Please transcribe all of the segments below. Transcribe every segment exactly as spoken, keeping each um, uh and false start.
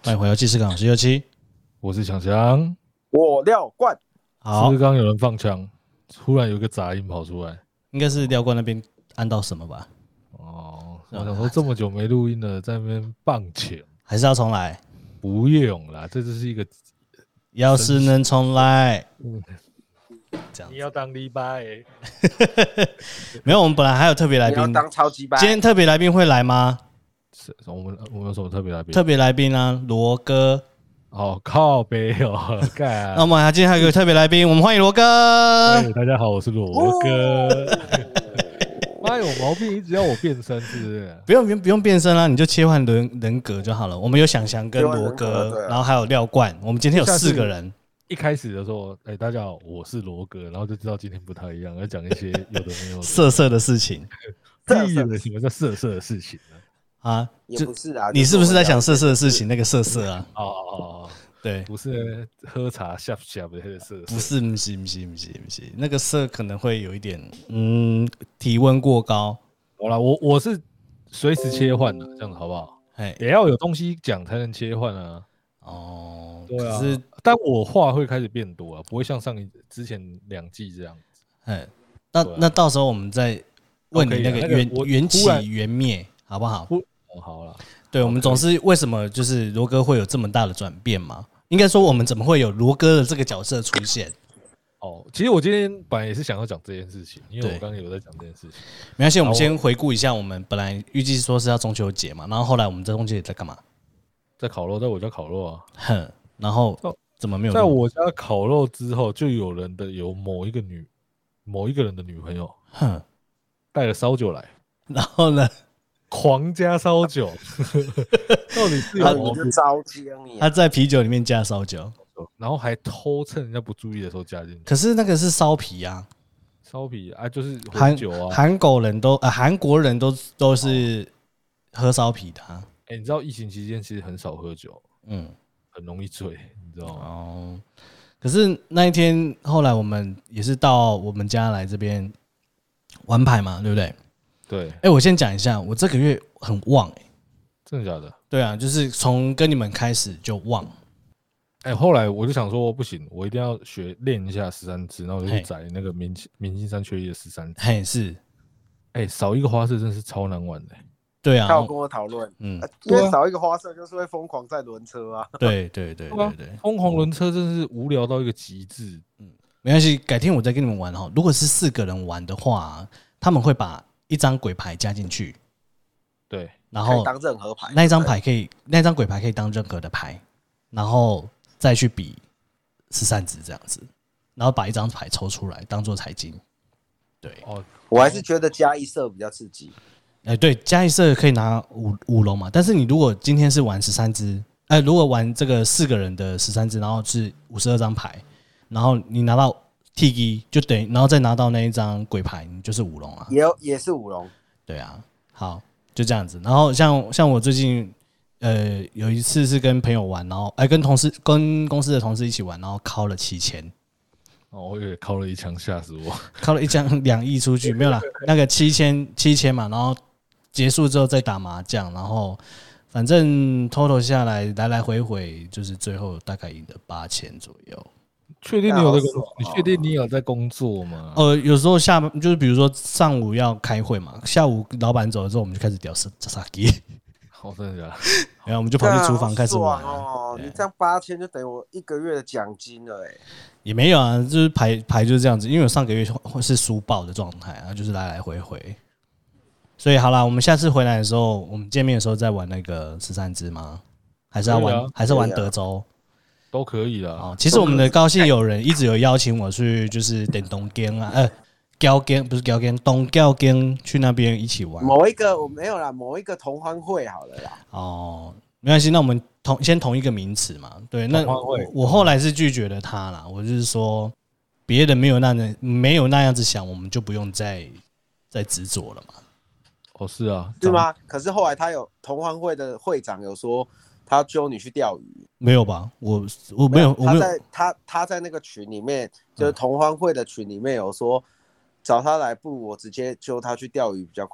欢迎回到既视感，我是六七， 我是强强， 我廖冠。 好， 是不是刚刚有人放枪，突然有一个杂音跑出来？ 应该是廖冠那边按到什么吧？ 哦，我想说这么久没录音了，在那边棒球， 还是要重来？ 不用啦，这只是一个， 要是能重来， 嗯， 这样你要当礼拜、欸， 没有，我们本来还有特别来宾， 你要当超级班。 今天特别来宾会来吗？ 是我们我们有什么特别来宾？ 特别来宾啊，罗哥。 哦，靠北哦，干。 那我们还今天还有一个特别来宾，我们欢迎罗哥。 哎，大家好，我是罗哥。妈有毛病，一直要我变身，是不是？ 不用不用不用变身啦，你就切换人人格就好了。我们有想翔跟罗哥，然后还有廖冠，我们今天有四个人。 一开始的时候，哎、欸，大家好，我是罗哥，然后就知道今天不太一样，要讲一些有的没有的色色的事情。 你以为什么叫色色的事情呢？ 啊， 也不是啊， 你是不是在想色色的事情？那个色色啊？ 哦哦哦， 对， 不是喝茶下下的那个色， 不是，不是，不是，不是，不是，那个色可能会有一点，嗯，体温过高。 好啦，我我是随时切换的，这样子好不好？哎，也要有东西讲才能切换啊。 哦， 对啊， 可是但我话会开始变多啊，不会像上一之前两季这样子。 哎，那、啊、那到时候我们再问你那个缘缘起缘灭，好不好？ 哦，好了， 对，我们总是为什么就是罗哥会有这么大的转变嘛？应该说我们怎么会有罗哥的这个角色出现？ 哦，其实我今天本来也是想要讲这件事情，因为我刚刚有在讲这件事情。 没关系，我们先回顾一下，我们本来预计说是要中秋节嘛，然后后来我们在中秋节在干嘛？ 在烤肉，在我家烤肉啊。 哼，然后怎么没有？ 在我家烤肉之后，就有人的有某一个女某一个人的女朋友，哼，带了烧酒来， 然后呢？ 狂加烧酒，到底是有毛病？ 他在啤酒里面加烧酒， 然后还偷趁人家不注意的时候加进去。 可是那个是烧啤啊， 烧啤啊，就是红酒啊。 韩国人都呃韩国人都都是喝烧啤的、啊。 哎、欸，你知道疫情期间其实很少喝酒，嗯，很容易醉，你知道吗？ 哦。可是那一天后来我们也是到我们家来这边玩牌嘛，对不对？ 对，哎、 欸，我先讲一下，我这个月很旺哎、欸， 真的假的？ 对啊，就是从跟你们开始就旺。 哎、欸，后来我就想说不行，我一定要学练一下十三支，然后我就去载那个明明星三缺一的十三支。 嘿，是， 哎、欸，少一个花色真是超难玩的、欸。 对啊， 他有跟我讨论，嗯，因为少一个花色就是会疯狂在轮车啊。 对对对对对， 疯狂轮车真是无聊到一个极致。 嗯，没关系，改天我再跟你们玩哈。如果是四个人玩的话，他们会把一张鬼牌加进去， 对， 然后当任何牌， 那一张牌可以，那张鬼牌可以当任何的牌，然后再去比十三支这样子，然后把一张牌抽出来当做彩金。对， 哦，我还是觉得加一色比较刺激。 哎、欸，对，加一色可以拿五五龙嘛，但是你如果今天是玩十三支，哎，如果玩这个四个人的十三支，然后是五十二张牌，然后你拿到 T G 就等于，然后再拿到那一张鬼牌，你就是五龙啊， 也有也是五龙， 对啊，好，就这样子。然后像像我最近呃有一次是跟朋友玩，然后哎、欸、跟同事跟公司的同事一起玩，然后敲了七千。 哦，我以为敲了一枪吓死我， 敲了一枪两亿出去没有啦，那个七千七千嘛，然后结束之后再打麻将，然后反正 total 下来来来回回就是最后大概赢了八千左右。 确定你有在工作？你确定你有在工作吗？ 呃，有时候下就是比如说上午要开会嘛，下午老板走了之后，我们就开始屌杀杀鸡。 好，真的假的？ 然后我们就跑去厨房开始玩哦。你这样八千就等于我一个月的奖金了哎、欸。 也没有啊，就是牌牌就是这样子，因为我上个月是输爆的状态啊，就是来来回回。所以好啦，我们下次回来的时候，我们见面的时候再玩那个十三支吗？还是要玩？啊、还是玩德州？ 都可以啦。 哦，其实我们的高兴友人一直有邀请我去，就是点东京啊，呃，高京不是高京，东高京去那边一起玩。 某一个我没有啦，某一个同欢会好了啦。 哦，没关系，那我们同先同一个名词嘛。对，那我后来是拒绝了他啦。我就是说，别人没有那样没有那样子想，我们就不用再再执着了嘛。 哦，是啊， 是吗？可是后来他有同欢会的会长有说，他要揪你去钓鱼。 没有吧？我我没有，我没有。 他在他他在那个群里面，就是同欢会的群里面有说，找他来不，我直接揪他去钓鱼比较快。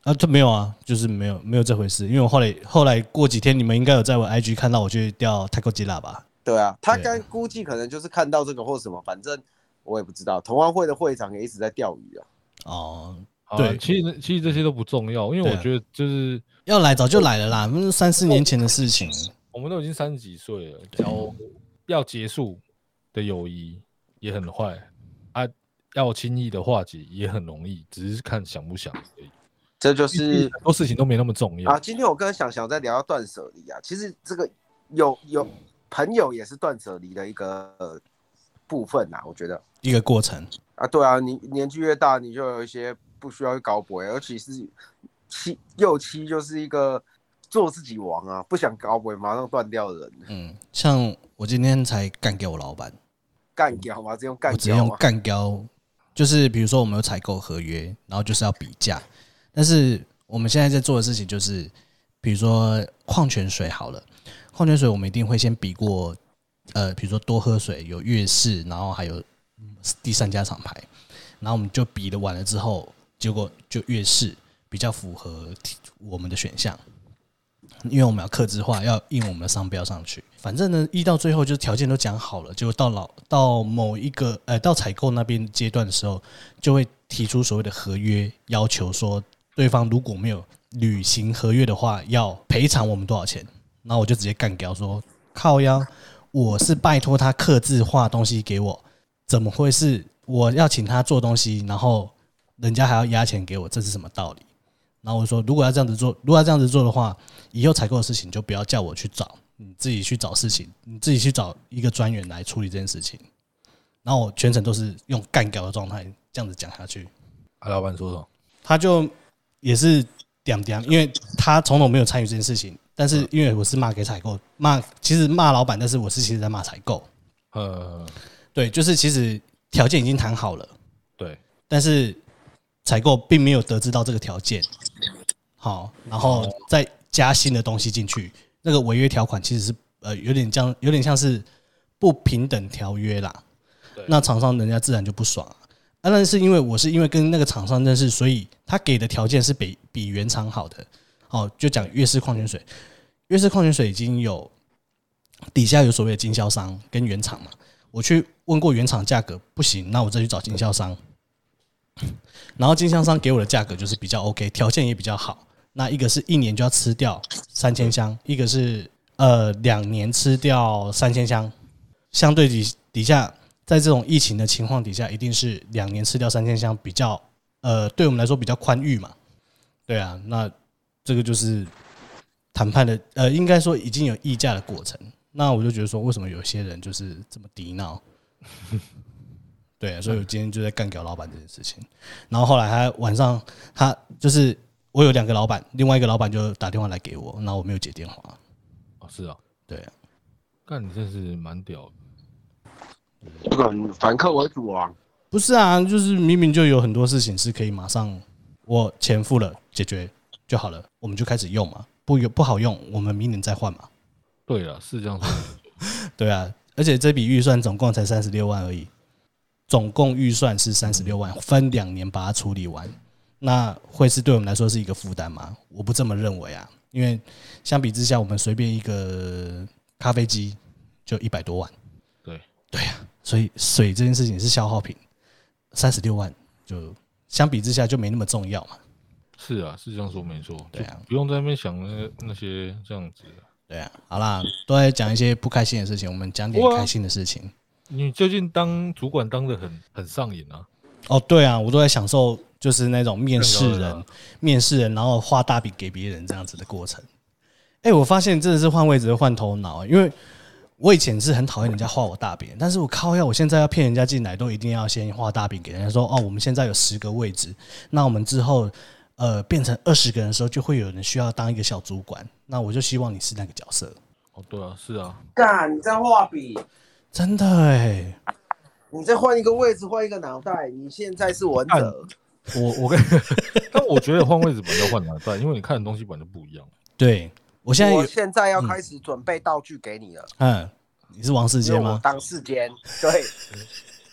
啊，这没有啊，就是没有没有这回事。因为我后来后来过几天，你们应该有在我 I G 看到我去钓泰国吉拉吧？ 对啊，他刚估计可能就是看到这个或什么，反正我也不知道。同安会的会长也一直在钓鱼啊。 哦， 对， 对， 其实其实这些都不重要，因为我觉得就是要来早就来了啦，那是三四年前的事情。 我们都已经三十几岁了，要要结束的友谊也很坏啊，要轻易的化解也很容易，只是看想不想而已。 这就是很多事情都没那么重要啊。今天我跟想想在聊到断舍离啊，其实这个有有朋友也是断舍离的一个、呃、部分呐、啊，我觉得一个过程啊，对啊，你年纪越大，你就有一些不需要去搞鬼，而且是七幼妻就是一个做自己王啊，不想搞鬼马上断掉的人。 嗯，像我今天才干给我老板干掉嘛，直接用干掉， 我直接用干掉，就是比如说我们有采购合约，然后就是要比价。但是我们现在在做的事情就是，比如说矿泉水好了，矿泉水我们一定会先比过，呃，比如说多喝水有悦氏，然后还有第三家厂牌，然后我们就比了完了之后，结果就悦氏比较符合我们的选项，因为我们要客制化，要印我们的商标上去。反正呢，一到最后就是条件都讲好了，结果到老到某一个呃到采购那边阶段的时候，就会提出所谓的合约要求说。对方如果没有履行合约的话，要赔偿我们多少钱？然后我就直接干掉说：靠腰，我是拜托他客制化东西给我，怎么会是我要请他做东西，然后人家还要压钱给我？这是什么道理？然后我说，如果要这样子做，如果要这样子做的话，以后采购的事情就不要叫我去找，你自己去找事情，你自己去找一个专员来处理这件事情。然后我全程都是用干掉的状态这样子讲下去。 啊，老板说什么？ 他就。也是点点，因为他从头没有参与这件事情，但是因为我是骂给采购，骂其实骂老板，但是我是其实在骂采购。呃，对，就是其实条件已经谈好了， 对， 但是采购并没有得知到这个条件，好，然后再加新的东西进去，那个违约条款其实是呃有点像有点像是不平等条约啦，那厂商人家自然就不爽啊。啊，但是因为我是因为跟那个厂商认识，所以他给的条件是比比原厂好的。哦，就讲悦氏矿泉水，悦氏矿泉水已经有底下有所谓的经销商跟原厂嘛，我去问过原厂价格不行，那我再去找经销商，然后经销商给我的价格就是比较 OK， 条件也比较好。那一个是一年就要吃掉三千箱，一个是呃两年吃掉三千箱，相对底底下。在这种疫情的情况底下，一定是两年吃掉三千箱比较，呃，对我们来说比较宽裕嘛。对啊，那这个就是谈判的，呃，应该说已经有议价的过程。那我就觉得说，为什么有些人就是这么低闹？对啊，所以我今天就在干掉老板这件事情。然后后来他晚上，他就是我有两个老板，另外一个老板就打电话来给我，然后我没有接电话。 哦，是啊， 对啊， 干你真是蛮屌的。 这个反客为主啊！ 不是啊，就是明明就有很多事情是可以马上我钱付了解决就好了，我们就开始用嘛。不不好用，我们明年再换嘛。 对了，是这样说。 对啊，而且这笔预算总共才三十六万而已，总共预算是三十六万，分两年把它处理完，那会是对我们来说是一个负担吗？我不这么认为啊，因为相比之下，我们随便一个咖啡机就一百多万。 对对啊。所以水这件事情是消耗品，三十六万就相比之下就没那么重要嘛。 是啊，是这样说没错。 对啊， 不用在那边想那那些这样子。 对啊，好啦，都在讲一些不开心的事情，我们讲点开心的事情。 你最近当主管当得很很上瘾啊？ 哦，对啊，我都在享受就是那种面试人、面试人，然后画大饼给别人这样子的过程。哎、欸，我发现真的是换位置会换头脑，因为。我以前是很讨厌人家画我大饼，但是我靠呀，我现在要骗人家进来，都一定要先画大饼给人家说，哦，我们现在有十个位置，那我们之后呃变成二十个人的时候，就会有人需要当一个小主管，那我就希望你是那个角色。 哦，对啊，是啊。 干，你在画笔， 真的哎， 你再换一个位置，换一个脑袋，你现在是文者。 我我跟，但我觉得换位置本来就换脑袋，因为你看的东西本来就不一样。 对。我现在我现在要开始准备道具给你了。 嗯，你是王世坚吗？ 当世坚，对。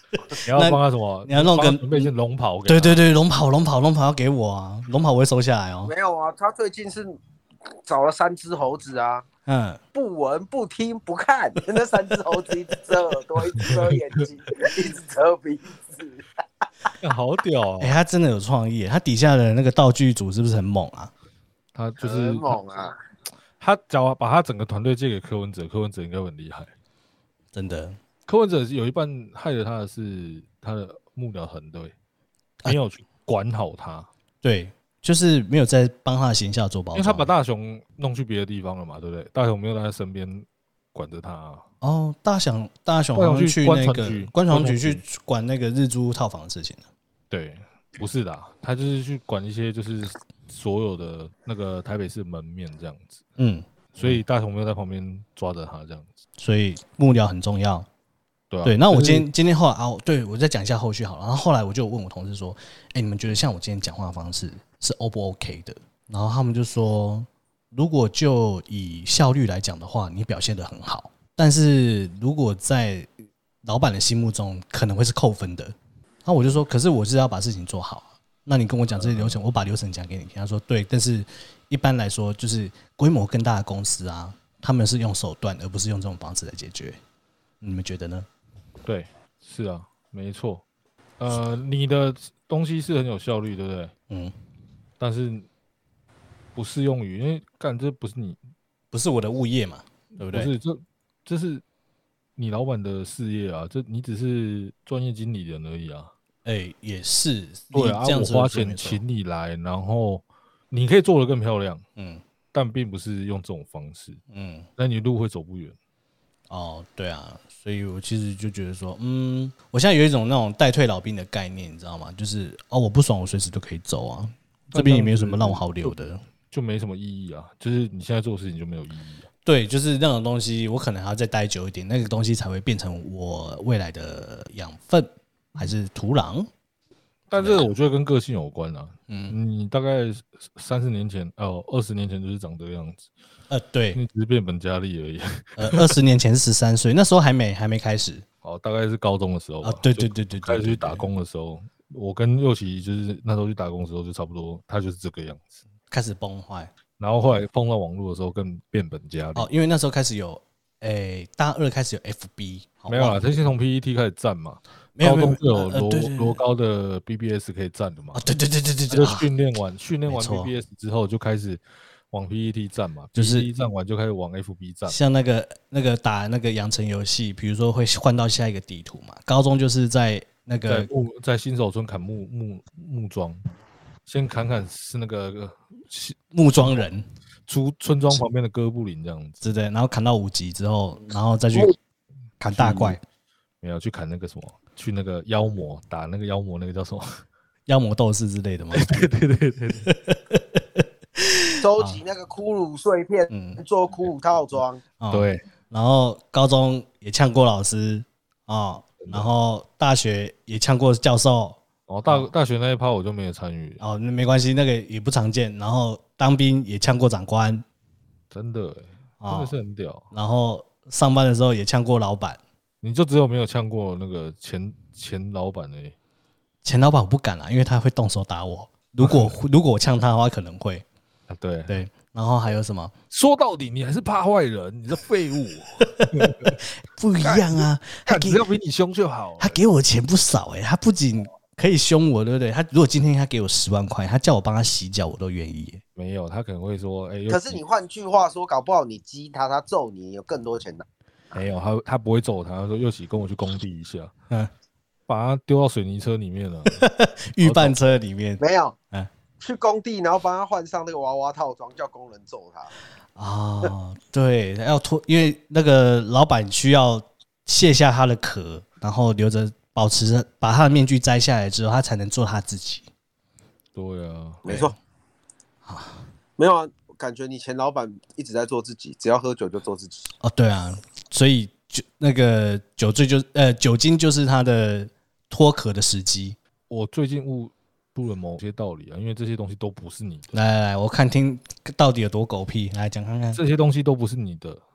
你要帮他什么？ 你要弄个准备一件龙袍。 对对对，龙袍龙袍龙袍要给我啊，龙袍我会收下来哦。 没有啊，他最近是找了三只猴子啊，嗯，不闻不听不看，那三只猴子一直遮耳朵，一直遮眼睛，一直遮鼻子， 好屌啊！ 哎、欸，他真的有创意，他底下的那个道具组是不是很猛啊？ 他就是很猛啊！ 他只要把他整个团队借给柯文哲，柯文哲应该很厉害， 真的。 柯文哲有一半害了他的是他的幕僚团队没有去管好他，啊、 对，就是没有在帮他的形象做包装， 因为他把大雄弄去别的地方了嘛，对不对？大雄没有在他身边管着他、啊。 哦，大雄大雄好像去那个观传局去管那个日租套房的事情了。 对，不是的，他就是去管一些就是所有的那个台北市门面这样子。嗯，所以大雄没有在旁边抓着他这样子。 所以幕僚很重要。对、啊、对，那我今天今天后来啊，对我再讲一下后续好了。然后后来我就问我同事说：“哎、欸，你们觉得像我今天讲话的方式是 O 不 OK 的？”然后他们就说：“如果就以效率来讲的话，你表现得很好。但是如果在老板的心目中，可能会是扣分的。”然后我就说：“可是我是要把事情做好。那你跟我讲这些流程，我把流程讲给你听。”他说：“对，但是一般来说，就是规模更大的公司啊，他们是用手段，而不是用这种方式来解决。你们觉得呢？” 对，是啊，没错。呃，你的东西是很有效率，对不对？嗯。但是不适用于，因为干这不是你， 不是我的物业嘛，对不对？ 不是，这这是你老板的事业啊，这你只是专业经理人而已啊。 哎、欸，也是。 对啊，我花钱请你来，然后你可以做得更漂亮，嗯，但并不是用这种方式，嗯，那你路会走不远。 哦，对啊，所以我其实就觉得说，嗯，我现在有一种那种代退老兵的概念，你知道吗？就是哦，我不爽，我随时都可以走啊，这边也没有什么让我好留的， 就没什么意义啊。就是你现在做的事情就没有意义啊。 对，就是那种东西，我可能还要再待久一点，那个东西才会变成我未来的养分还是土壤。 但这个我觉得跟个性有关啊。嗯，你大概三十年前哦，二十年前就是长这个样子。 呃，对， 你只是变本加厉而已。 呃，二十年前是十三岁，那时候还没还没开始。 哦，大概是高中的时候吧。 啊，对对对对对， 开始去打工的时候，我跟佑琪就是那时候去打工的时候就差不多，他就是这个样子， 开始崩坏。 然后后来碰到网络的时候更变本加厉。 哦，因为那时候开始有，诶、欸，大二开始有 F B， 没有啦，他先从 P T T 开始站嘛。高中就有罗罗高的 B B S 可以站的嘛？ 啊，对对对对对对， 就训练完训练完 B B S 之后，就开始往 P T T 站嘛，就是 P T T 站完就开始往 F B 站。 像那个那个打那个养成游戏，比如说会换到下一个地图嘛。高中就是在那个在, 在新手村砍木木木桩，先砍砍是那个木桩人， 出村庄旁边的哥布林这样子， 对对，然后砍到五级之后，然后再去砍大怪， 没有去砍那个什么。去那个妖魔打那个妖魔，那个叫什么妖魔斗士之类的吗？ 对对对对对， 收集那个骷髅碎片，嗯，做骷髅套装。 哦、 对， 然后高中也呛过老师啊、哦，然后大学也呛过教授。 哦，大大学那一趴我就没有参与。 哦，那没关系，那个也不常见。然后当兵也呛过长官， 真的、欸，真的是很屌、哦。 然后上班的时候也呛过老板。 你就只有没有呛过那个前前老板而已。 前老板我不敢啦，因为他会动手打我。如果如果我呛他的话，可能会。 啊，对对。然后还有什么？ 说到底，你还是怕坏人，你这废物。 不一样啊， 他只要比你凶就好。 他给我钱不少哎、欸，他不仅可以凶我，对不对？他如果今天他给我十万块，他叫我帮他洗脚，我都愿意、欸。 没有，他可能会说，哎、欸。 可是你换句话说，搞不好你激他，他揍你，有更多钱拿。 没有，他他不会揍他，他说佑喜跟我去工地一下，嗯，把他丢到水泥车里面了， 预拌车里面没有，嗯，去工地然后帮他换上那个娃娃套装，叫工人揍他。 哦，对，要脱，因为那个老板需要卸下他的壳，然后留着，保持着，把他的面具摘下来之后，他才能做他自己。 对啊， 没错。啊，没有啊，感觉你前老板一直在做自己，只要喝酒就做自己。 哦，对啊。所以酒那个酒醉就呃酒精就是他的脱壳的时机。 我最近悟出了某些道理啊，因为这些东西都不是你的。 来来来，我看听到底有多狗屁，来讲看看。 这些东西都不是你的，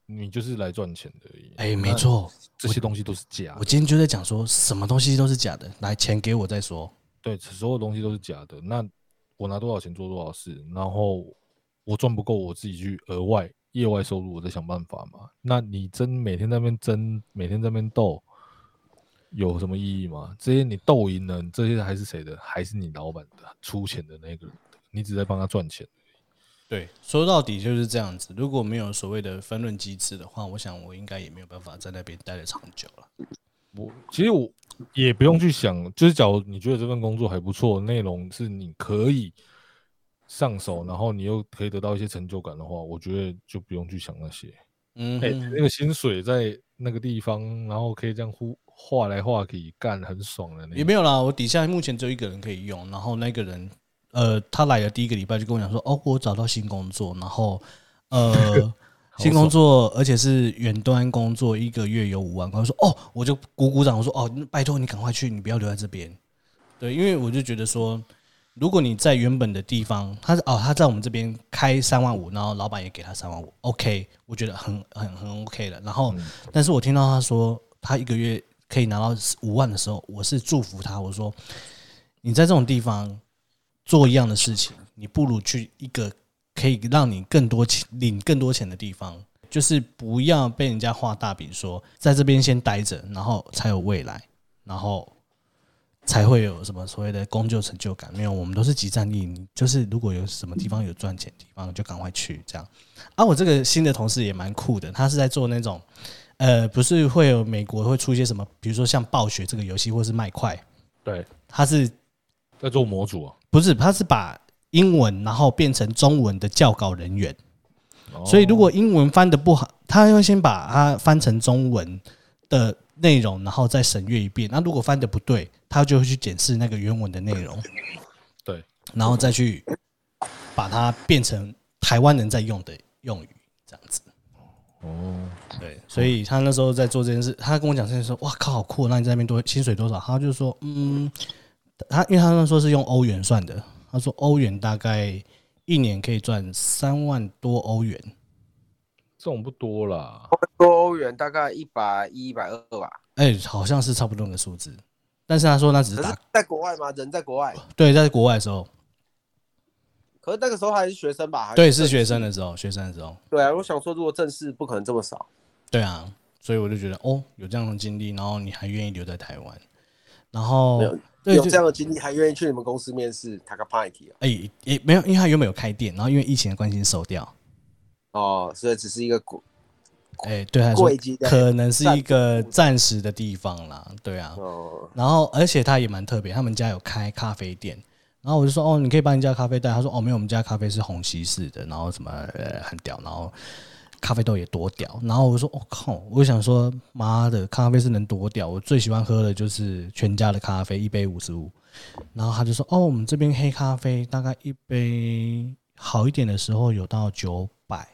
你就是来赚钱的而已。 哎、欸，没错， 这些东西都是假的。 我今天就在讲说，什么东西都是假的，来钱给我再说。 对，所有东西都是假的。那我拿多少钱做多少事，然后我赚不够，我自己去额外业外收入，我再想办法嘛。那你争每天在那边争，每天在那边斗，有什么意义吗？这些你斗赢了，这些还是谁的？还是你老板的出钱的那个人的？你只在帮他赚钱。 对，说到底就是这样子。如果没有所谓的分润机制的话，我想我应该也没有办法在那边待得长久了。 我其实我也不用去想，就是假如你觉得这份工作还不错，内容是你可以上手，然后你又可以得到一些成就感的话，我觉得就不用去想那些。嗯，哎、欸，那个薪水在那个地方，然后可以这样呼画来画去干，很爽的。 也没有啦，我底下目前只有一个人可以用，然后那个人。呃，他来的第一个礼拜就跟我讲说，哦，我找到新工作，然后呃，新工作，而且是远端工作，一个月有五万块。我说，哦，我就鼓鼓掌，我说，哦，拜托你赶快去，你不要留在这边。对，因为我就觉得说，如果你在原本的地方，他哦他在我们这边开三万五，然后老板也给他三万五 ，OK， 我觉得很很很 OK 了。然后，嗯、但是我听到他说他一个月可以拿到五万的时候，我是祝福他，我说你在这种地方做一样的事情，你不如去一个可以让你更多钱、领更多钱的地方，就是不要被人家画大饼说，在这边先待着，然后才有未来，然后才会有什么所谓的工作成就感。没有，我们都是即战力，你就是如果有什么地方有赚钱的地方，就赶快去这样。啊，我这个新的同事也蛮酷的，他是在做那种，呃，不是会有美国会出一些什么，比如说像暴雪这个游戏，或是麦块， 对， 他是在做模组啊。 不是，他是把英文然后变成中文的校稿人员，所以如果英文翻得不好，他会先把它翻成中文的内容，然后再审阅一遍。那如果翻得不对，他就会去检视那个原文的内容， 对， 然后再去把它变成台湾人在用的用语，这样子。哦，对，所以他那时候在做这件事，他跟我讲这件事，哇靠，好酷！那你在那边多薪水多少？他就说，嗯。他因为他那时候是用欧元算的，他说欧元大概一年可以赚三万多欧元， 这种不多啦， 多欧元大概一百一、一百二吧。 哎、欸，好像是差不多的数字，但是他说那只是打可是在国外吗？人在国外， 对，在国外的时候， 可是那个时候还是学生吧？ 对，是学生的时候，学生的时候。 对啊，我想说，如果正式不可能这么少。 对啊，所以我就觉得哦，有这样的经历，然后你还愿意留在台湾，然后。 有这样的经历，还愿意去你们公司面试，他个派题啊？ 哎，也没有，因为他原本有开店，然后因为疫情的关系收掉。 哦，所以只是一个贵， 哎、欸，对他说可能是一个暂时的地方啦，对啊。哦、然后而且他也蛮特别，他们家有开咖啡店，然后我就说哦，你可以把你家咖啡带，他说哦没有，我们家咖啡是虹吸式的，然后什么呃很屌，然后。咖啡豆也多屌，然后我说我、哦、靠，我想说妈的，咖啡是能多屌？我最喜欢喝的就是全家的咖啡，一杯五十五。然后他就说哦，我们这边黑咖啡大概一杯好一点的时候有到九百。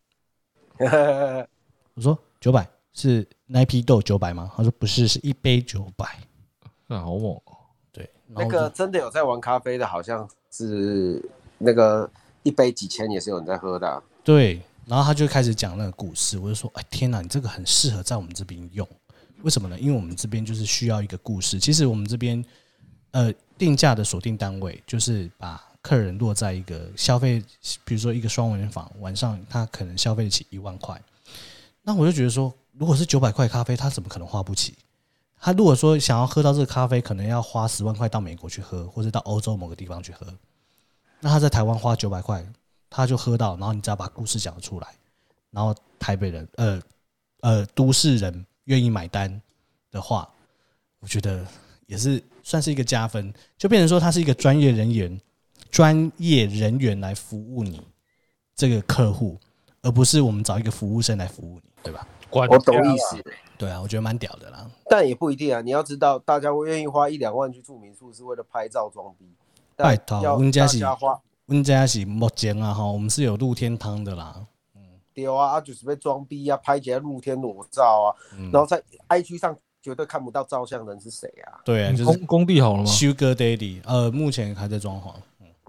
我说九百是那批豆九百吗？他说不是，是一杯九百。 那好猛。 对， 那个真的有在玩咖啡的，好像是那个一杯几千也是有人在喝的、啊。 对。然后他就开始讲那个故事，我就说：“哎，天哪，你这个很适合在我们这边用，为什么呢？因为我们这边就是需要一个故事。其实我们这边，呃，定价的锁定单位就是把客人落在一个消费，比如说一个双人房，晚上他可能消费得起一万块。那我就觉得说，如果是九百块咖啡，他怎么可能花不起？他如果说想要喝到这个咖啡，可能要花十万块到美国去喝，或者到欧洲某个地方去喝。那他在台湾花九百块。”他就喝到，然后你只要把故事讲出来，然后台北人，呃呃，都市人愿意买单的话，我觉得也是算是一个加分，就变成说他是一个专业人员，专业人员来服务你这个客户，而不是我们找一个服务生来服务你，对吧？ 我懂意思。 对啊，我觉得蛮屌的啦。 但也不一定啊，你要知道，大家会愿意花一两万去住民宿，是为了拍照装逼。 拜托，我们家是。 花我们家是目前啊哈，我们是有露天汤的啦。 嗯，对啊，啊就是被装逼啊，拍起来露天裸照啊，嗯、然后在 I G 上绝对看不到照相人是谁啊。 对啊，就是工工地好了吗 ？Sugar Daddy， 呃，目前还在装潢。嗯，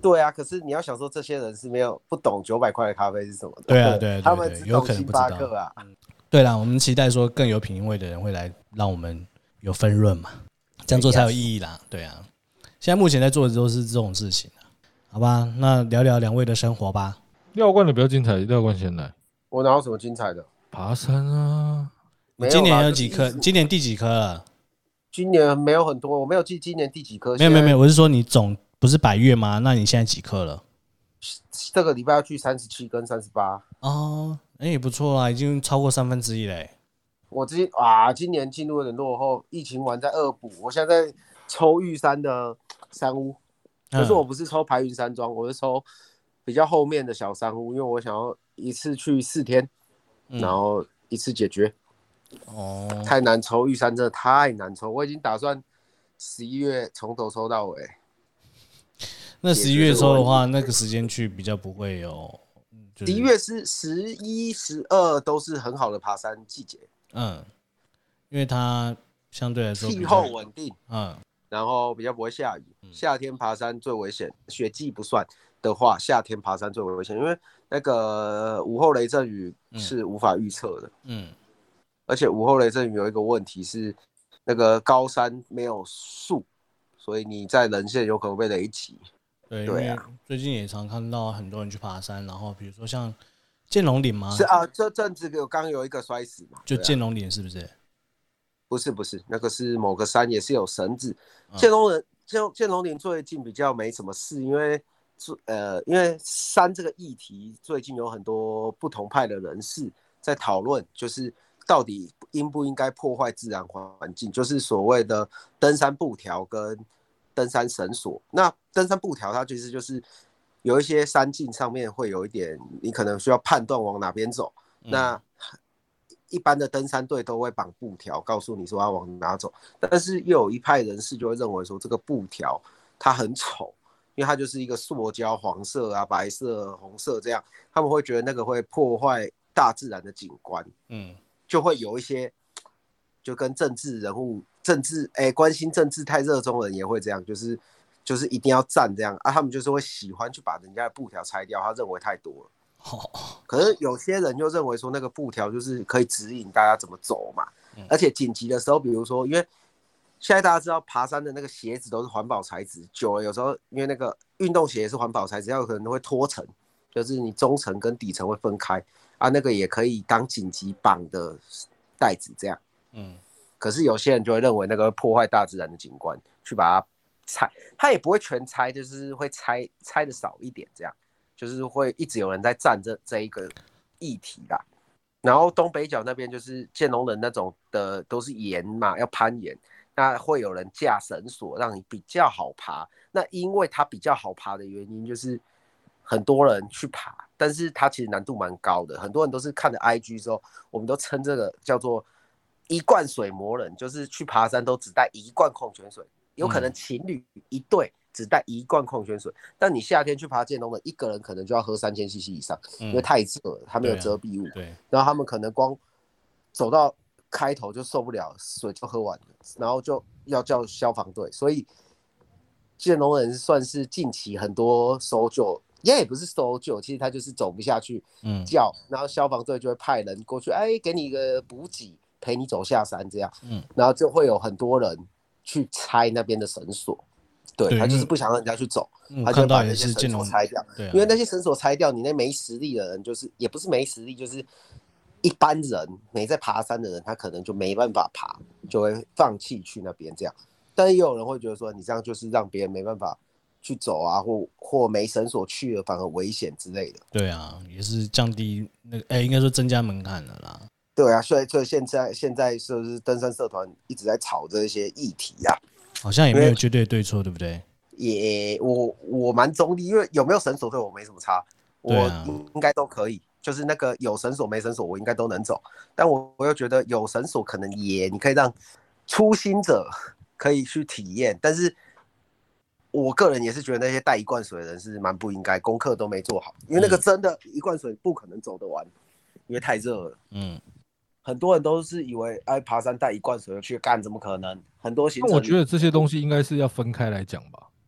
对啊，可是你要想说，这些人是没有不懂九百块的咖啡是什么的。 对啊，对啊， 他们只懂星巴克啊。 对啦，我们期待说更有品味的人会来让我们有分润嘛，这样做才有意义啦。对啊，现在目前在做的都是这种事情啊，好吧？那聊聊两位的生活吧。 廖冠的比较精彩，廖冠先来。 我哪有什么精彩的？ 爬山啊。 你今年有几颗？今年第几颗了？ 今年没有很多，我没有记今年第几颗。 没有没有没有，我是说你总不是百岳吗？那你现在几颗了？ 这个礼拜要去三十七跟三十八。 哦，哎、欸、也不错啦，已经超过三分之一嘞。 我今啊，今年进入有点落后，疫情完在恶补。我现在在抽玉山的山屋，可是我不是抽排云山庄，我是抽比较后面的小山屋，因为我想要一次去四天，然后一次解决。哦，太难抽，玉山真的太难抽，我已经打算十一月从头抽到尾。 那十一月抽的话，那个时间去比较不会有。 十一月是十一、十二都是很好的爬山季节。 嗯，因为它相对来说气候稳定， 嗯， 然后比较不会下雨。夏天爬山最危险，雪季不算的话，夏天爬山最危险，因为那个午后雷阵雨是无法预测的。嗯。嗯，而且午后雷阵雨有一个问题是，那个高山没有树，所以你在人线有可能被雷击。 对，对啊，最近也常看到很多人去爬山，然后比如说像剑龙岭吗？ 是啊，这阵子有刚有一个摔死嘛， 就剑龙岭是不是？ 不是不是，那个是某个山也是有绳子。剑龙岭剑剑龙岭最近比较没什么事，因为呃因为山这个议题最近有很多不同派的人士在讨论，就是到底应不应该破坏自然环境，就是所谓的登山布条跟登山绳索。那登山布条它其实就是有一些山径上面会有一点，你可能需要判断往哪边走。嗯、那一般的登山队都会绑布条，告诉你说要往哪走。但是又有一派人士就会认为说这个布条它很丑，因为它就是一个塑胶黄色啊、白色、红色这样，他们会觉得那个会破坏大自然的景观。嗯，就会有一些就跟政治人物、政治哎、欸、关心政治太热衷的人也会这样，就是就是一定要站这样啊，他们就是会喜欢去把人家的布条拆掉，他认为太多了。可是有些人又认为说那个布条就是可以指引大家怎么走嘛，嗯、而且紧急的时候，比如说因为现在大家知道爬山的那个鞋子都是环保材质，久了有时候因为那个运动鞋也是环保材质，有可能会脱层，就是你中层跟底层会分开啊，那个也可以当紧急绑的袋子这样。嗯，可是有些人就会认为那个会破坏大自然的景观，去把它拆，他也不会全拆，就是会拆拆的少一点这样。就是会一直有人在站这这一个议题啦，然后东北角那边就是剑龙人那种的都是岩嘛，要攀岩，那会有人架绳索让你比较好爬。那因为它比较好爬的原因，就是很多人去爬，但是它其实难度蛮高的。很多人都是看了 I G 之后，我们都称这个叫做一罐水魔人，就是去爬山都只带一罐矿泉水，有可能情侣一对。嗯，只带一罐矿泉水，但你夏天去爬剑龙的，一个人可能就要喝三千 C C 以上，嗯、因为太热了，它没有遮蔽物。对、啊，然后他们可能光走到开头就受不了，水就喝完了，然后就要叫消防队。所以剑龙人算是近期很多搜救，也也不是搜救，其实他就是走不下去，嗯，叫，然后消防队就会派人过去，哎，给你一个补给，陪你走下山这样，嗯，然后就会有很多人去拆那边的绳索。对，他就是不想让人家去走，嗯、他就把那些绳索拆掉。对、啊，因为那些绳索拆掉，你那没实力的人，就是也不是没实力，就是一般人没在爬山的人，他可能就没办法爬，就会放弃去那边这样。但是也有人会觉得说，你这样就是让别人没办法去走啊，或或没绳索去了反而危险之类的。 对啊，也是降低那个，哎、欸，应该说增加门槛了啦。 对啊，所以所以现在现在就是登山社团一直在吵这些议题啊。 好像也没有绝对对错，对不对？ 也我我蛮中立，因为有没有绳索对我没什么差，我应该都可以。就是那个有绳索没绳索，我应该都能走。但我我又觉得有绳索可能也你可以让初心者可以去体验，但是我个人也是觉得那些带一罐水的人是蛮不应该，功课都没做好，因为那个真的一罐水不可能走得完，因为太热了。嗯。很多人都是以为哎，爬山带一罐水去干，怎么可能？很多行程， 我觉得这些东西应该是要分开来讲吧。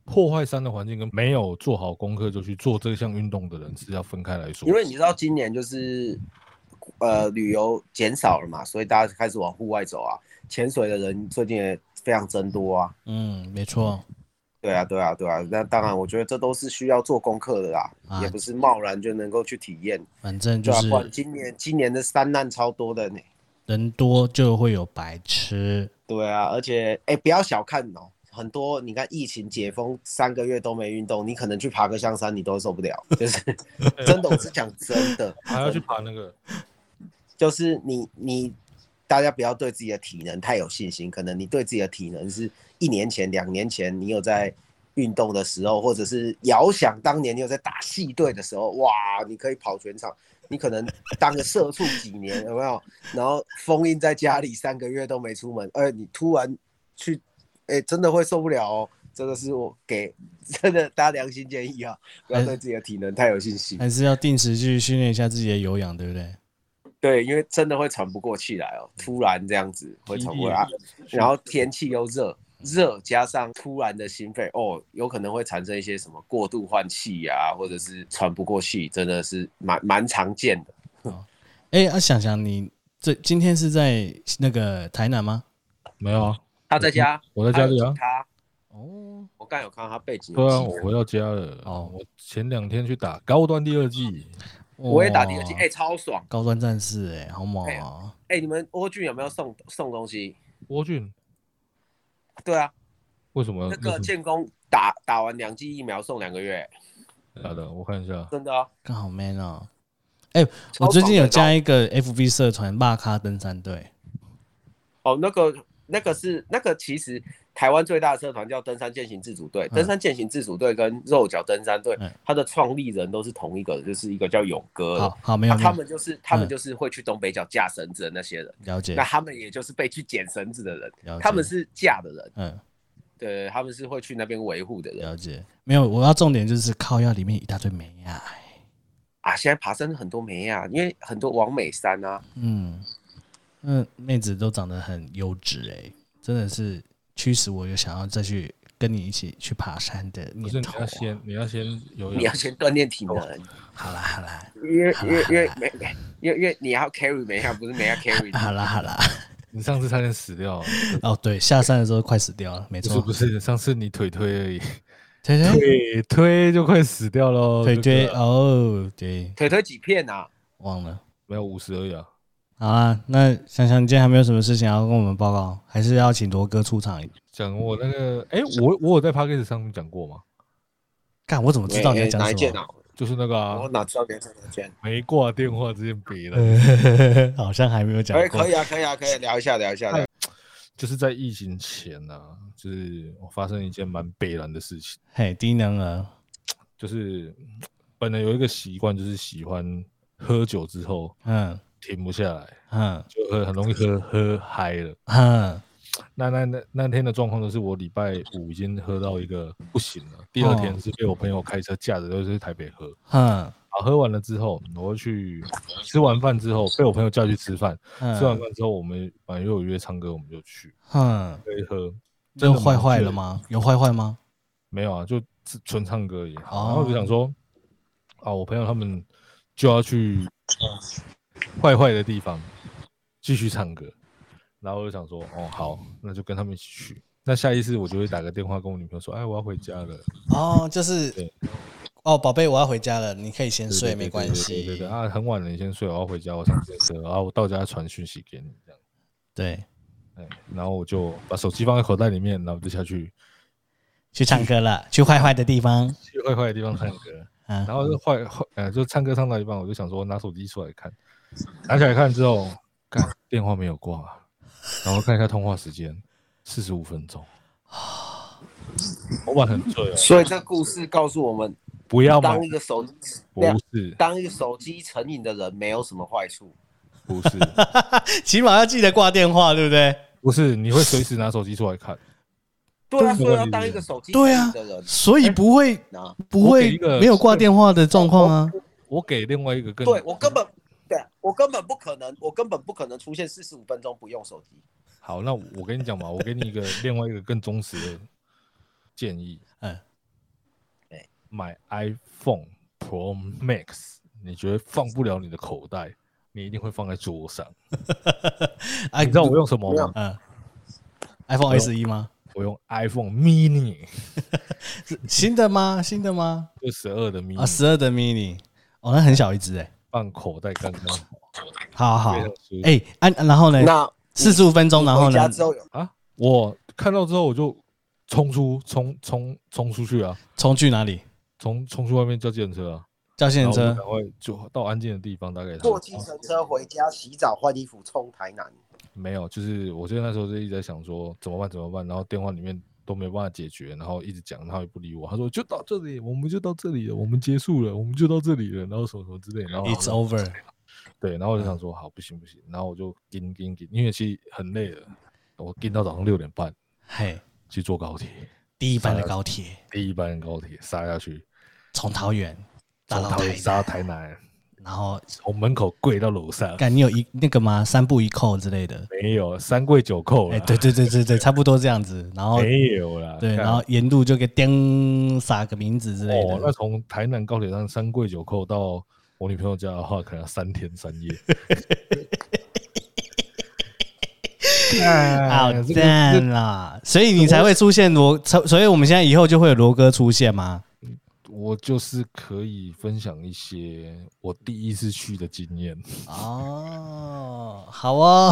破坏山的环境跟没有做好功课就去做这项运动的人是要分开来说。 因为你知道今年就是呃旅游减少了嘛，所以大家开始往户外走啊。潜水的人最近也非常增多啊。 嗯，没错。 对啊，对啊，对啊。那当然，我觉得这都是需要做功课的啦，啊、也不是贸然就能够去体验。 反正就是， 对啊、不然今年今年的山难超多的呢。 人多就会有白痴。 对啊，而且哎，不要小看哦。很多你看疫情解封三个月都没运动，你可能去爬个象山你都受不了，就是真的，我是讲真的， 还要去爬那个， 就是你你大家不要对自己的体能太有信心，可能你对自己的体能是一年前、两年前你有在运动的时候，或者是遥想当年你有在打系队的时候，哇，你可以跑全场，你可能当个社畜几年有没有？然后封印在家里三个月都没出门，而你突然去。哎、欸，真的会受不了哦！这个是我给真的大家良心建议啊，不要对自己的体能太有信心， 还是要定时去训练一下自己的有氧，对不对？ 对，因为真的会喘不过气来哦，突然这样子会喘不过来，然后天气又热，热加上突然的心肺，哦，有可能会产生一些什么过度换气啊，或者是喘不过气，真的是蛮蛮常见的。 哎、欸，啊，想想你这今天是在那个台南吗？ 没有啊。 他在家， 我在家里啊。 他哦，我刚有看到他背景。 对啊，我回到家了。哦，我前两天去打高端第二季， 我也打第二季，哎、欸，超爽。 高端战士、欸，哎，好猛啊！ 哎、欸欸，你们欧俊有没有送送东西？ 欧俊， 对啊。 为什么？ 那个建工打打完两剂疫苗送两个月。 假的，我看一下。 真的啊， 刚好 man 哦。哎、欸，我最近有加一个 F B 社团骂咖登山队。 哦，那个。那个是那个，其实台湾最大的社团叫登山健行自主队。登山健行自主队跟肉脚登山队，它的创立人都是同一个，就是一个叫勇哥。 好，好，没有。 他们就是他们就是会去东北角架绳子的那些人。 了解。 那他们也就是被去捡绳子的人。他们是架的人。嗯，对，他们是会去那边维护的人。 了解。没有，我要重点就是靠腰里面一大堆梅亚。 啊，现在爬山很多梅亚，因为很多网美山啊。 嗯。嗯，妹子都长得很优质哎，真的是驱使我有想要再去跟你一起去爬山的念头、啊。 不是，你要先，你要先有， 你要先锻炼体能。 好啦好啦， 因为因为因为没因为因为你要 carry 梅亚，不是梅亚 carry。 好啦好啦， 你上次差点死掉了。 哦，对，下山的时候快死掉了，没错。 不是不是，上次你腿推而已， 推推腿推就快死掉了。 腿推哦，对， 腿推几片啊？ 忘了， 没有五十而已啊。 好啊，那想想你今天还没有什么事情要跟我们报告，还是要请罗哥出场？ 讲我那个，哎、欸，我我有在 Podcast 上面讲过吗？ 干，我怎么知道你在讲什么？ 哪一件啊？ 就是那个啊， 我哪知道你在哪件？ 没挂电话这件别的， 好像还没有讲过。 可以啊，可以啊，可以聊一下，聊一下。聊就是在疫情前啊，就是我发生一件蛮悲然的事情。 嘿，低能儿， 就是本来有一个习惯，就是喜欢喝酒之后，嗯。停不下来，嗯，就很很容易喝喝嗨了，嗯，那那那那天的状况就是我礼拜五已经喝到一个不行了，第二天是被我朋友开车驾着都是台北喝，嗯，好，喝完了之后，我去吃完饭之后被我朋友叫去吃饭，嗯、吃完饭之后我们反正又有约唱歌，我们就去，嗯，可以喝， 真的坏坏了吗？有坏坏吗？ 没有啊，就纯唱歌而已。然后我就想说，啊，我朋友他们就要去。坏坏的地方继续唱歌，然后我就想说，哦，好，那就跟他们一起去。那下一次我就会打个电话跟我女朋友说，哎，我要回家了。 哦，就是哦，宝贝，我要回家了，你可以先睡，没关系。 对对对啊，很晚了，你先睡，我要回家，我上电车，然后我到家传讯息给你，这样。 对， 哎，然后我就把手机放在口袋里面，然后就下去去唱歌了，去坏坏的地方， 去坏坏的地方唱歌。嗯、然后就坏坏，呃，就唱歌唱到一半，我就想说拿手机出来看。拿起来看之后，看电话没有挂，然后看一下通话时间，四十五分钟。我晚很醉哦。 所以这故事告诉我们， 不要当一个手不是当一个手机成瘾的人，没有什么坏处。 不是， 起码要记得挂电话，对不对？ 不是，你会随时拿手机出来看。 对啊，所以要当一个手机成瘾的人， 所以不会、欸、不会没有挂电话的状况啊。 我给另外一个更对我根本。对，我根本不可能，我根本不可能出现四十五分钟不用手机。 好，那我跟你讲嘛，我给你一个另外一个更忠实的建议，嗯， 买 iPhone Pro Max， 你觉得放不了你的口袋，你一定会放在桌上。 啊， 你知道我用什么吗？ 嗯 ，iPhone S 一吗？ 我用 iPhone Mini， 新的吗？新的吗？ 就十二的 Mini 啊，十二的 Mini， 哦，那很小一只哎， 放口袋刚刚好，好好非常舒服。 哎，啊，然后呢？ 那四十五分钟，然后呢？ 啊，我看到之后我就冲出冲冲冲出去啊！ 冲去哪里？ 冲冲去外面叫计程车啊！ 叫计程车， 赶快就到安静的地方，大概坐计程车回家洗澡换衣服冲台南。 没有，就是我记得那时候就一直在想说怎么办怎么办，然后电话里面都没有办法解决，然后一直讲，然后也不理我。他说就到这里，我们就到这里了，我们结束了，我们就到这里了，然后什么什么之类的。然后 It's over。 对，然后我就想说好，不行不行，然后我就跟跟跟，因为其实很累了，我跟到早上六点半， 嘿， 去坐高铁， 第一班的高铁， 第一班的高铁杀下去， 从桃园从桃园杀到台南。 然后从门口跪到楼上， 干你有一那个吗？三步一叩之类的？ 没有，三跪九叩。 哎，对对对对对，差不多这样子。然后没有啦， 对，然后沿路就给叮撒个名字之类的。 哦，那从台南高铁上三跪九叩到我女朋友家的话，可能要三天三夜。 好赞啦！所以你才会出现罗，所以我们现在以后就会有罗哥出现吗？ 我就是可以分享一些我第一次去的经验哦，好哦，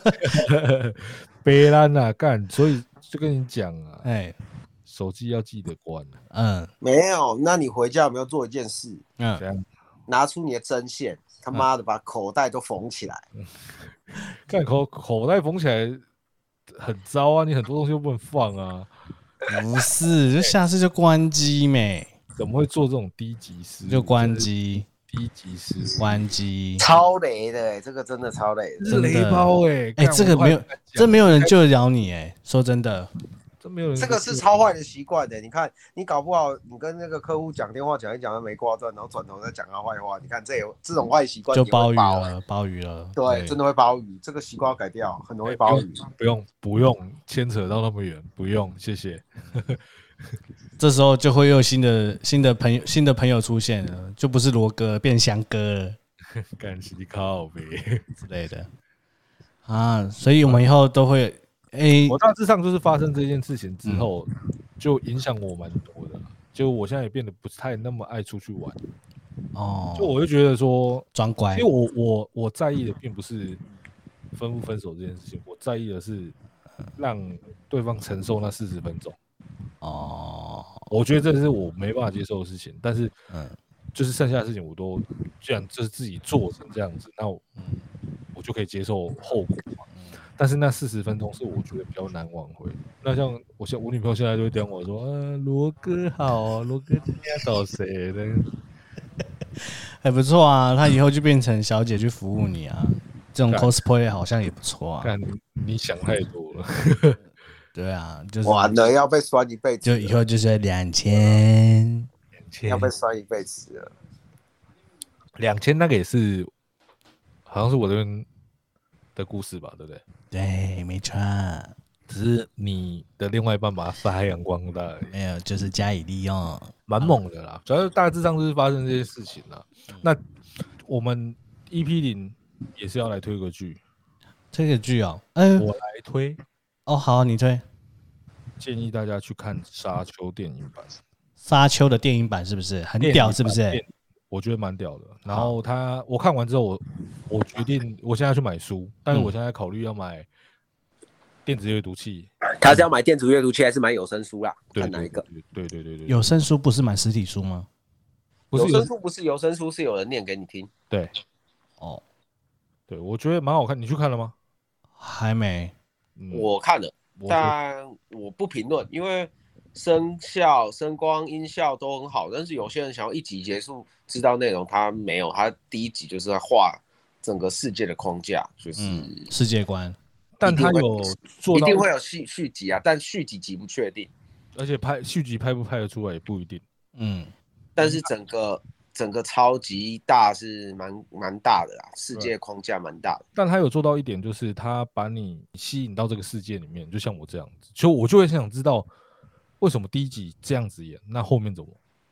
别烂啊干，所以就跟你讲啊， 哎， 手机要记得关。 嗯， 没有，那你回家有没有做一件事？ 嗯， 这样拿出你的针线，他妈的把口袋都缝起来。 干口口袋缝起来很糟啊，你很多东西都不能放啊。 不是，就下次就关机没。 怎么会做这种低级失误？ 就关机， 低级失误， 嗯关机， 超雷的、欸，这个真的超雷的， 是雷包哎、欸！ 哎、欸，这个没有，这没有人救得了你哎、欸，说真的， 这没有人， 这个是超坏的习惯的。你看，你搞不好你跟那个客户讲电话讲一讲，他没挂断，然后转头再讲他坏话，你看这有这种坏习惯就鲍鱼了， 了，鲍鱼了， 对，真的会鲍鱼，这个习惯要改掉，很容易鲍鱼。 不用不用牵扯到那么远，不用，谢谢。 这时候就会有新的新的朋友新的朋友出现了，就不是罗哥变香哥了， 干西靠呗之类的啊，所以我们以后都会诶，欸、 我大致上就是发生这件事情之后，嗯、就影响我蛮多的，就我现在也变得不太那么爱出去玩。哦，就我就觉得说装乖， 因为我我我在意的并不是分不分手这件事情，我在意的是让对方承受那四十分钟。哦，我觉得这是我没办法接受的事情，但是，嗯，就是剩下的事情我都既然就是自己做成这样子，那我，嗯、我就可以接受后果嘛。嗯、但是那四十分钟是我觉得比较难挽回。那像我现我女朋友现在就会讲我说，呃，罗哥好，罗哥今天找谁呢？ 还不错啊，他以后就变成小姐去服务你啊，这种 cosplay 好像也不错啊。 看你想太多了。 对啊，就是完了要被酸一辈子， 就以后就是两千， 要被酸一辈子了。 两千那个也是，好像是我这边的故事吧，对不对？ 对，没错。 只是你的另外一半把它发扬光大， 没有，就是加以利用， 蛮猛的啦。主要是大致上就是发生这些事情啦。嗯、那我们 E P 零也是要来推个剧， 推个剧哦，嗯、 呃，我来推。 哦，好，你推。 建议大家去看《沙丘》电影版，《 沙丘》的电影版是不是很屌？是不是？ 我觉得蛮屌的。然后他，我看完之后我，我我决定，我现在要去买书，但是我现在考虑要买电子阅读器。 他是要买电子阅读器还是买有声书啦？看哪一个？ 对对对对， 有声书不是买实体书吗？ 有声书不是有声书，是有人念给你听。 对，哦，对，我觉得蛮好看。你去看了吗？ 还没， 嗯、我看了。但我不评论，因为声效、声光、音效都很好，但是有些人想要一集结束知道内容，他没有，他第一集就是在画整个世界的框架，就是、嗯、 世界观。 但他有做到一定会有续续集啊，但续几集不确定， 而且拍续集拍不拍得出来也不一定。 嗯，但是整个。整个超级大是蛮蛮大的啦，世界框架蛮大的。 但他有做到一点，就是他把你吸引到这个世界里面，就像我这样子，所以我就会想知道为什么第一集这样子演，那后面怎么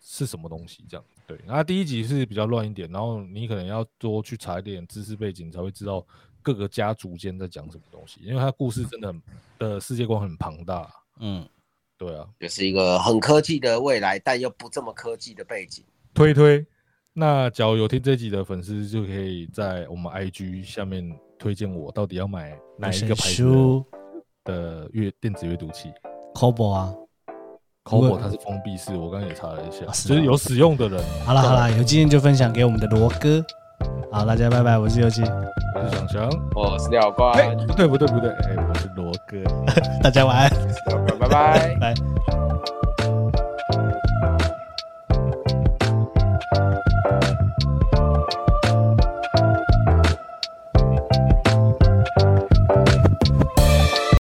是什么东西这样。对，那第一集是比较乱一点，然后你可能要多去查一点知识背景，才会知道各个家族间在讲什么东西，因为它故事真的很的世界观很庞大。嗯，对啊， 就是一个很科技的未来，但又不这么科技的背景。 推推。那假如有听这集的粉丝，就可以在我们 I G 下面推荐我到底要买哪一个牌子的阅电子阅读器。 Kobo 啊 ，Kobo 它是封闭式，我刚刚也查了一下，啊、就是有使用的人。 好了好了，有经验就分享给我们的罗哥。好，大家拜拜，我是尤基， 我是翔翔， 我是廖冠。 不对不对不对，哎、欸，我是罗哥。 大家晚安， 拜拜拜。 拜。